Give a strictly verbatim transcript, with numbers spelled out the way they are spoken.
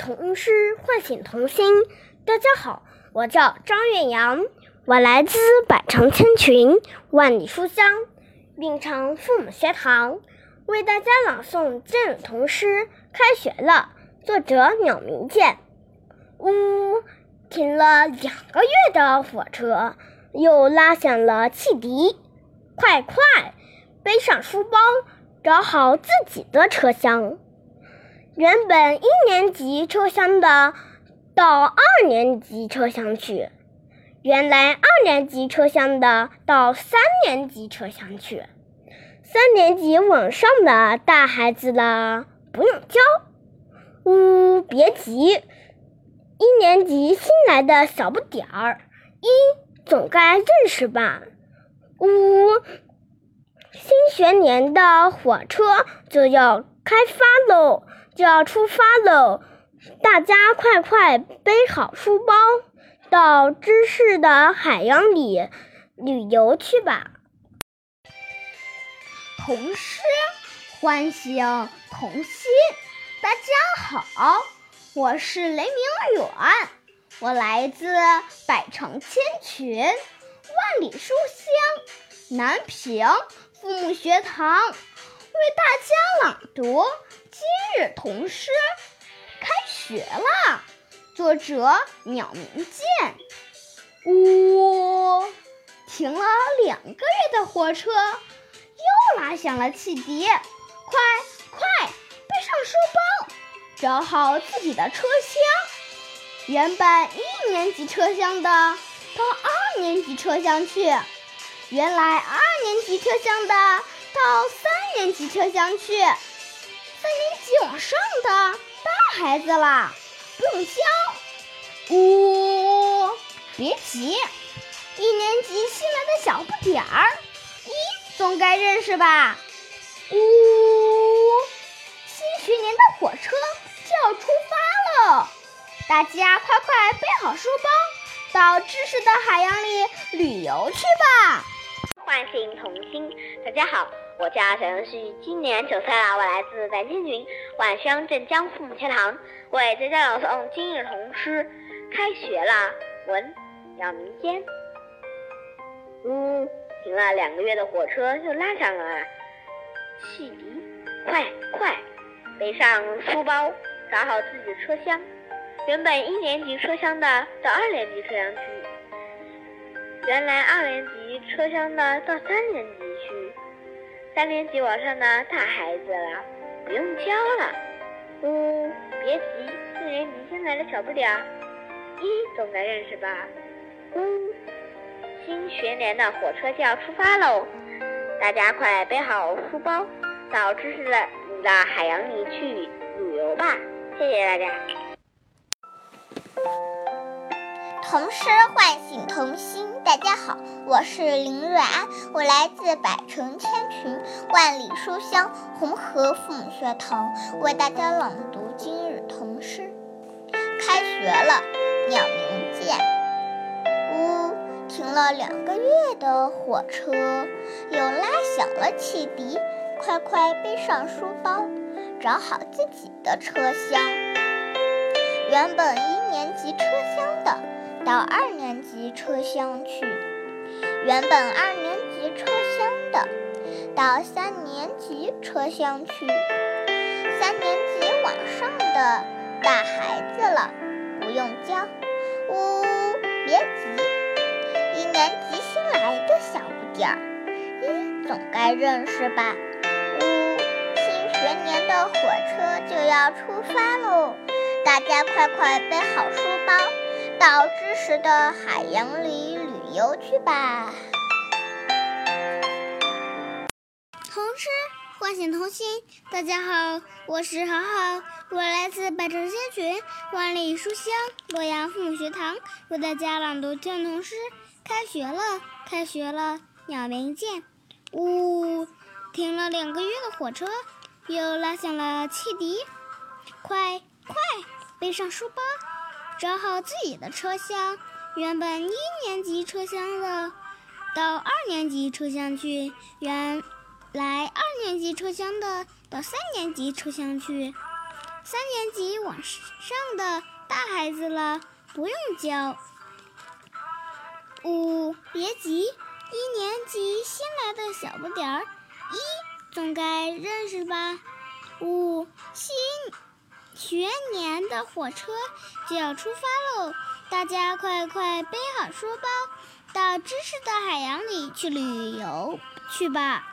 童诗唤醒童心。大家好，我叫张月阳，我来自百城千群，万里书香并城父母学堂，为大家朗诵今日童诗。开学了，作者鸟鸣涧。呜，停了两个月的火车，又拉响了汽笛。快快背上书包，找好自己的车厢。原本一年级车厢的到二年级车厢去，原来二年级车厢的到三年级车厢去，三年级往上的大孩子了，不用教。呜，别急，一年级新来的小不点儿，一总该认识吧。呜，新学年的火车就要开发喽，就要出发喽，大家快快背好书包，到知识的海洋里旅游去吧。 童诗唤醒童心。大家好，我是雷明远，我来自百城千群，万里书香南平父母学堂，为大家朗读今日童诗。开学了，作者鸟鸣涧。呜，停了两个月的火车，又拉响了汽笛。快快背上书包，找好自己的车厢。原本一年级车厢的到二年级车厢去，原来二年级车厢的到三年级车厢去，三年级往上的大孩子啦，不用教。呜，别急，一年级新来的小不点儿，一总该认识吧。呜，新学年的火车就要出发了，大家快快背好书包，到知识的海洋里旅游去吧。 唤醒童心。大家好，我叫小杨旭，今年九岁了，我来自百千群万乡镇江父母学堂，为大家朗诵今日童诗。开学了，文鸟鸣涧。呜，停了两个月的火车又拉上了汽笛。快快背上书包，找好自己的车厢。原本一年级车厢的到二年级车厢去，原来二年级车厢的到三年级去，三年级往上的大孩子了，不用教了。呜，别急，四年级新来的小不点儿，一总该认识吧。呜，新学年的火车就要出发喽，大家快背好书包，到知识的的海洋里去旅游吧。谢谢大家。 童诗唤醒童心。大家好，我是林瑞安，我来自百城千群万里书香红河父母学堂，为大家朗读今日童诗。开学了，鸟鸣涧。呜，停了两个月的火车，又拉响了汽笛。快快背上书包，找好自己的车厢。原本一年级车厢的到二年级车厢去，原本二年级车厢的到三年级车厢去，三年级往上的大孩子了，不用教。呜，别急，一年级新来的小不点儿，一总该认识吧。学年的火车就要出发喽，大家快快背好书包，到知识的海洋里旅游去吧。 童诗唤醒童心。大家好，我是好好，我来自百城千群万里书香洛阳父母学堂，为大家朗读今日童诗。开学了，开学了，鸟鸣涧。呜，停了两个月的火车，又拉响了汽笛。快快背上书包，找好自己的车厢。原本一年级车厢的到二年级车厢去，原来二年级车厢的到三年级车厢去， 三年级往上的大孩子了，不用教。五，别急，一年级新来的小不点儿，一总该认识吧。五，新学年的火车就要出发喽，大家快快背好书包，到知识的海洋里去旅游去吧。